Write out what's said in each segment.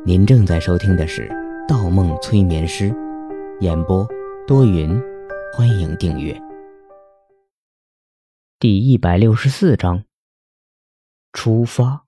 您正在收听的是《盗梦催眠师》，演播多云，欢迎订阅。第164章，出发。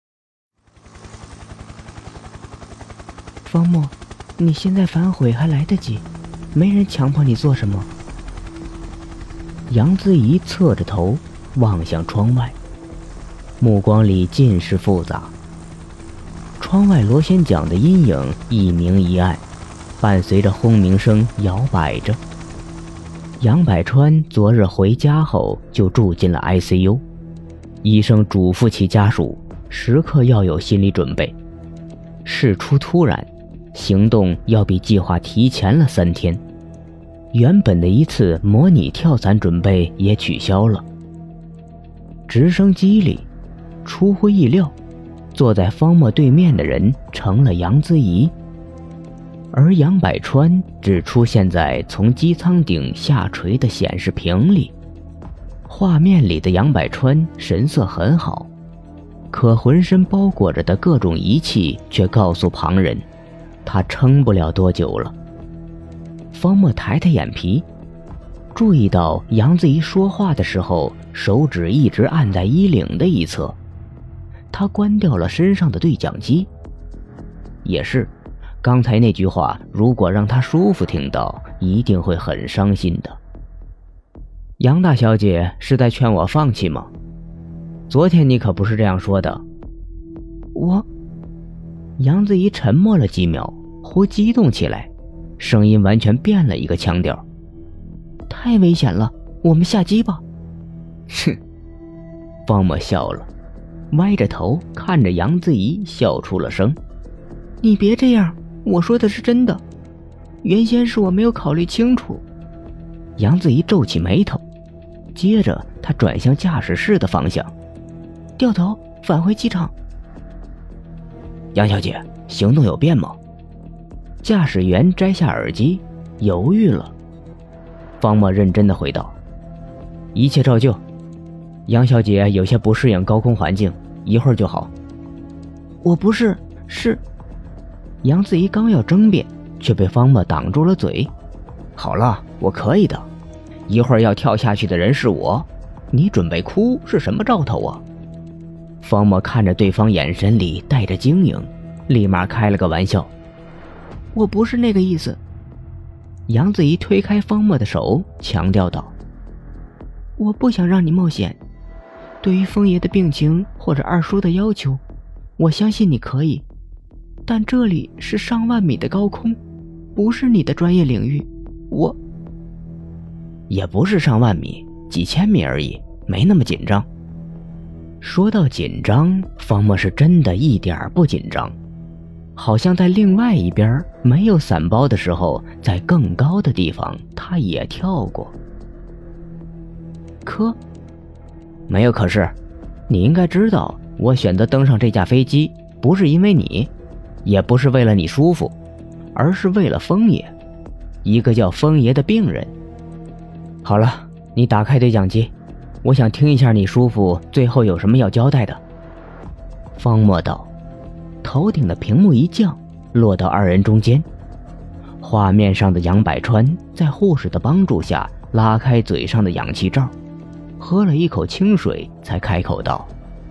方墨，你现在反悔还来得及，没人强迫你做什么。 杨子怡侧着头望向窗外，目光里尽是复杂。窗外螺旋桨的阴影一明一暗，伴随着轰鸣声摇摆着。杨百川昨日回家后就住进了 ICU， 医生嘱咐其家属时刻要有心理准备，事出突然，行动要比计划提前了3天。原本的一次模拟跳伞准备也取消了。直升机里，出乎意料，坐在方墨对面的人成了杨子怡，而杨百川只出现在从机舱顶下垂的显示屏里。画面里的杨百川神色很好，可浑身包裹着的各种仪器却告诉旁人，他撑不了多久了。方墨抬抬眼皮，注意到杨子怡说话的时候手指一直按在衣领的一侧。他关掉了身上的对讲机。也是，刚才那句话如果让他叔父听到，一定会很伤心的。杨大小姐是在劝我放弃吗？昨天你可不是这样说的。杨子怡沉默了几秒，忽激动起来，声音完全变了一个腔调。 太危险了，我们下机吧。 哼，方墨笑了，歪着头看着杨子怡笑出了声。 你别这样，我说的是真的，原先是我没有考虑清楚。 杨子怡皱起眉头，接着他转向驾驶室的方向， 掉头返回机场。 杨小姐，行动有变吗？驾驶员摘下耳机，犹豫了。方墨认真地回道，一切照旧，杨小姐有些不适应高空环境，一会儿就好。 我不是，是…… 杨子怡刚要争辩，却被方墨挡住了嘴。好了，我可以的，一会儿要跳下去的人是我，你准备哭是什么兆头啊？方墨看着对方眼神里带着晶莹，立马开了个玩笑。 我不是那个意思。 杨子怡推开方墨的手，强调道， 我不想让你冒险，对于风爷的病情或者二叔的要求，我相信你可以，但这里是上万米的高空，不是你的专业领域。 也不是上万米，几千米而已，没那么紧张。说到紧张，方墨是真的一点不紧张，好像在另外一边没有伞包的时候，在更高的地方他也跳过。没有可是，你应该知道，我选择登上这架飞机不是因为你，也不是为了你叔父，而是为了风爷，一个叫风爷的病人。好了，你打开对讲机，我想听一下你叔父最后有什么要交代的。方墨道。头顶的屏幕一降，落到二人中间。画面上的杨百川在护士的帮助下拉开嘴上的氧气罩，喝了一口清水才开口道，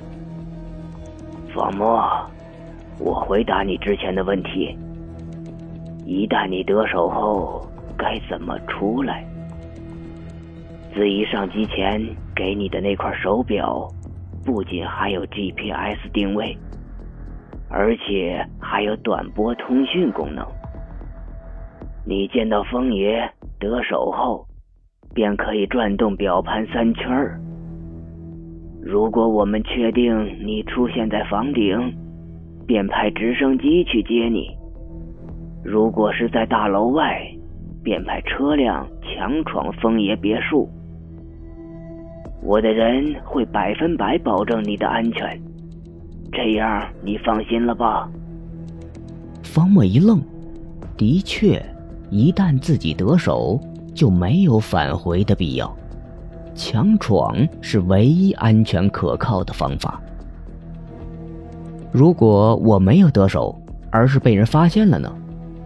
方墨，我回答你之前的问题，一旦你得手后该怎么出来？子怡上机前给你的那块手表不仅还有 GPS 定位，而且还有短波通讯功能。你见到风爷得手后，便可以转动表盘3圈。如果我们确定你出现在房顶，便派直升机去接你；如果是在大楼外，便派车辆强闯风爷别墅。我的人会100%保证你的安全，这样你放心了吧？ 方墨一愣，的确，一旦自己得手，就没有返回的必要。强闯是唯一安全可靠的方法。如果我没有得手， 而是被人发现了呢？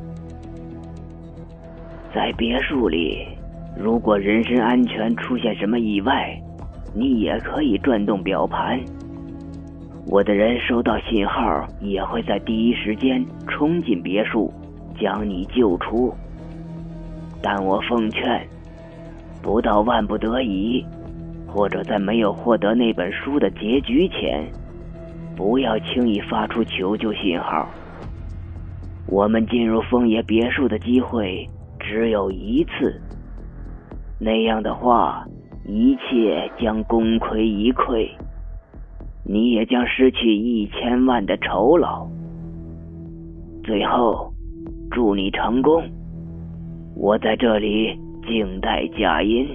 在别墅里，如果人身安全出现什么意外，你也可以转动表盘，我的人收到信号也会在第一时间冲进别墅将你救出。但我奉劝，不到万不得已，或者在没有获得那本书的结局前，不要轻易发出求救信号。我们进入枫叶别墅的机会只有一次，那样的话，一切将功亏一篑，你也将失去1000万的酬劳。最后，祝你成功，我在这里静待佳音。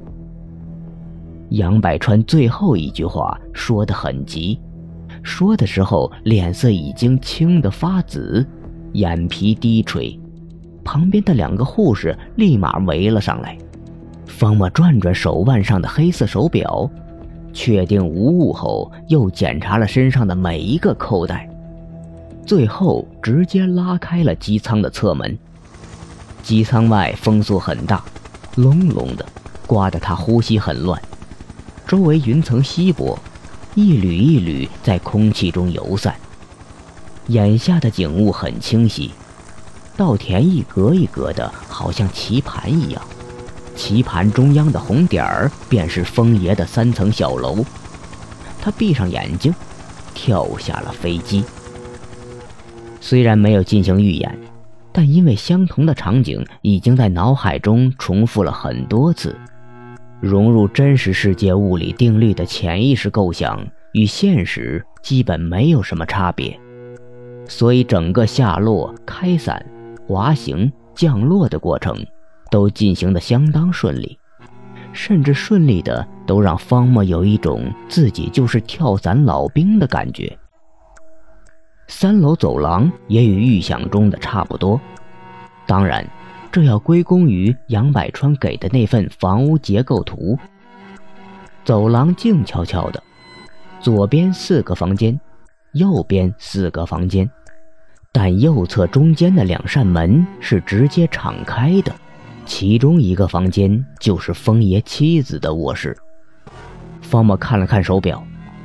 杨百川最后一句话说得很急，说的时候脸色已经青得发紫，眼皮低垂。旁边的2个护士立马围了上来。方墨转转手腕上的黑色手表，确定无误后，又检查了身上的每一个扣带，最后直接拉开了机舱的侧门。机舱外风速很大，隆隆的，刮得他呼吸很乱。周围云层稀薄，一缕一缕在空气中游散。眼下的景物很清晰，稻田一格一格的，好像棋盘一样。棋盘中央的红点儿便是枫爷的3层小楼。他闭上眼睛，跳下了飞机。虽然没有进行预演，但因为相同的场景已经在脑海中重复了很多次，融入真实世界物理定律的潜意识构想与现实基本没有什么差别，所以整个下落、开伞、滑行、降落的过程都进行得相当顺利，甚至顺利的都让方墨有一种自己就是跳伞老兵的感觉。3楼走廊也与预想中的差不多，当然这要归功于杨百川给的那份房屋结构图。走廊静悄悄的，左边4个房间，右边4个房间，但右侧中间的2扇门是直接敞开的，其中一个房间就是枫爷妻子的卧室。方墨看了看手表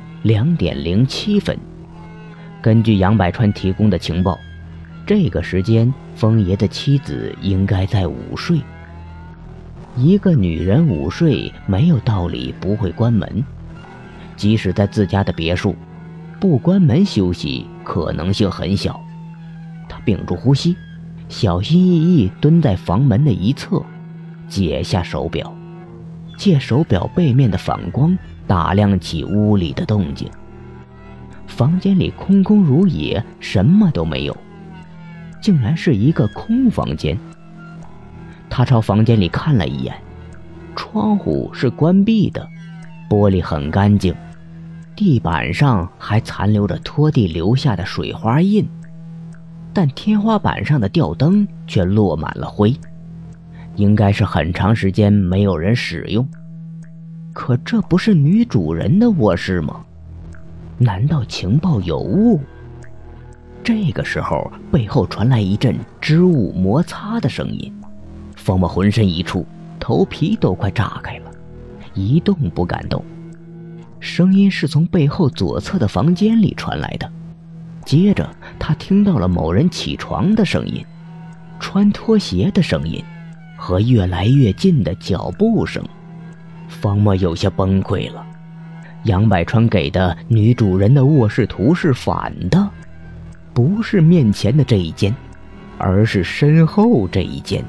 ，2点07分。根据杨百川提供的情报，这个时间枫爷的妻子应该在午睡。一个女人午睡没有道理不会关门，即使在自家的别墅，不关门休息可能性很小。他屏住呼吸，小心翼翼蹲在房门的一侧，解下手表，借手表背面的反光打量起屋里的动静。房间里空空如也，什么都没有，竟然是一个空房间。他朝房间里看了一眼，窗户是关闭的，玻璃很干净，地板上还残留着拖地留下的水花印，但天花板上的吊灯却落满了灰，应该是很长时间没有人使用。可这不是女主人的卧室吗？难道情报有误？这个时候背后传来一阵织物摩擦的声音，方墨浑身一触，头皮都快炸开了，一动不敢动。声音是从背后左侧的房间里传来的，接着他听到了某人起床的声音，穿拖鞋的声音和越来越近的脚步声。方墨有些崩溃了，杨百川给的女主人的卧室图是反的，不是面前的这一间，而是身后这一间。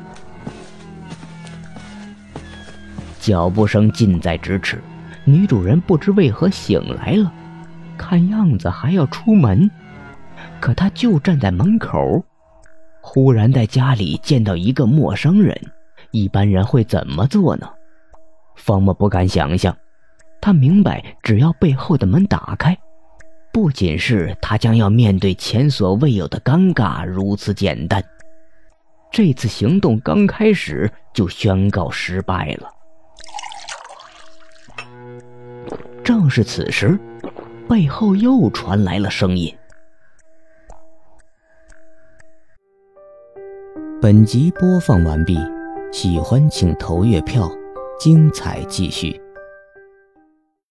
脚步声近在咫尺，女主人不知为何醒来了，看样子还要出门，可她就站在门口。忽然在家里见到一个陌生人，一般人会怎么做呢？方墨不敢想象，他明白只要背后的门打开，不仅是他将要面对前所未有的尴尬如此简单，这次行动刚开始就宣告失败了。正是此时，背后又传来了声音： 本集播放完毕，喜欢请投月票，精彩继续。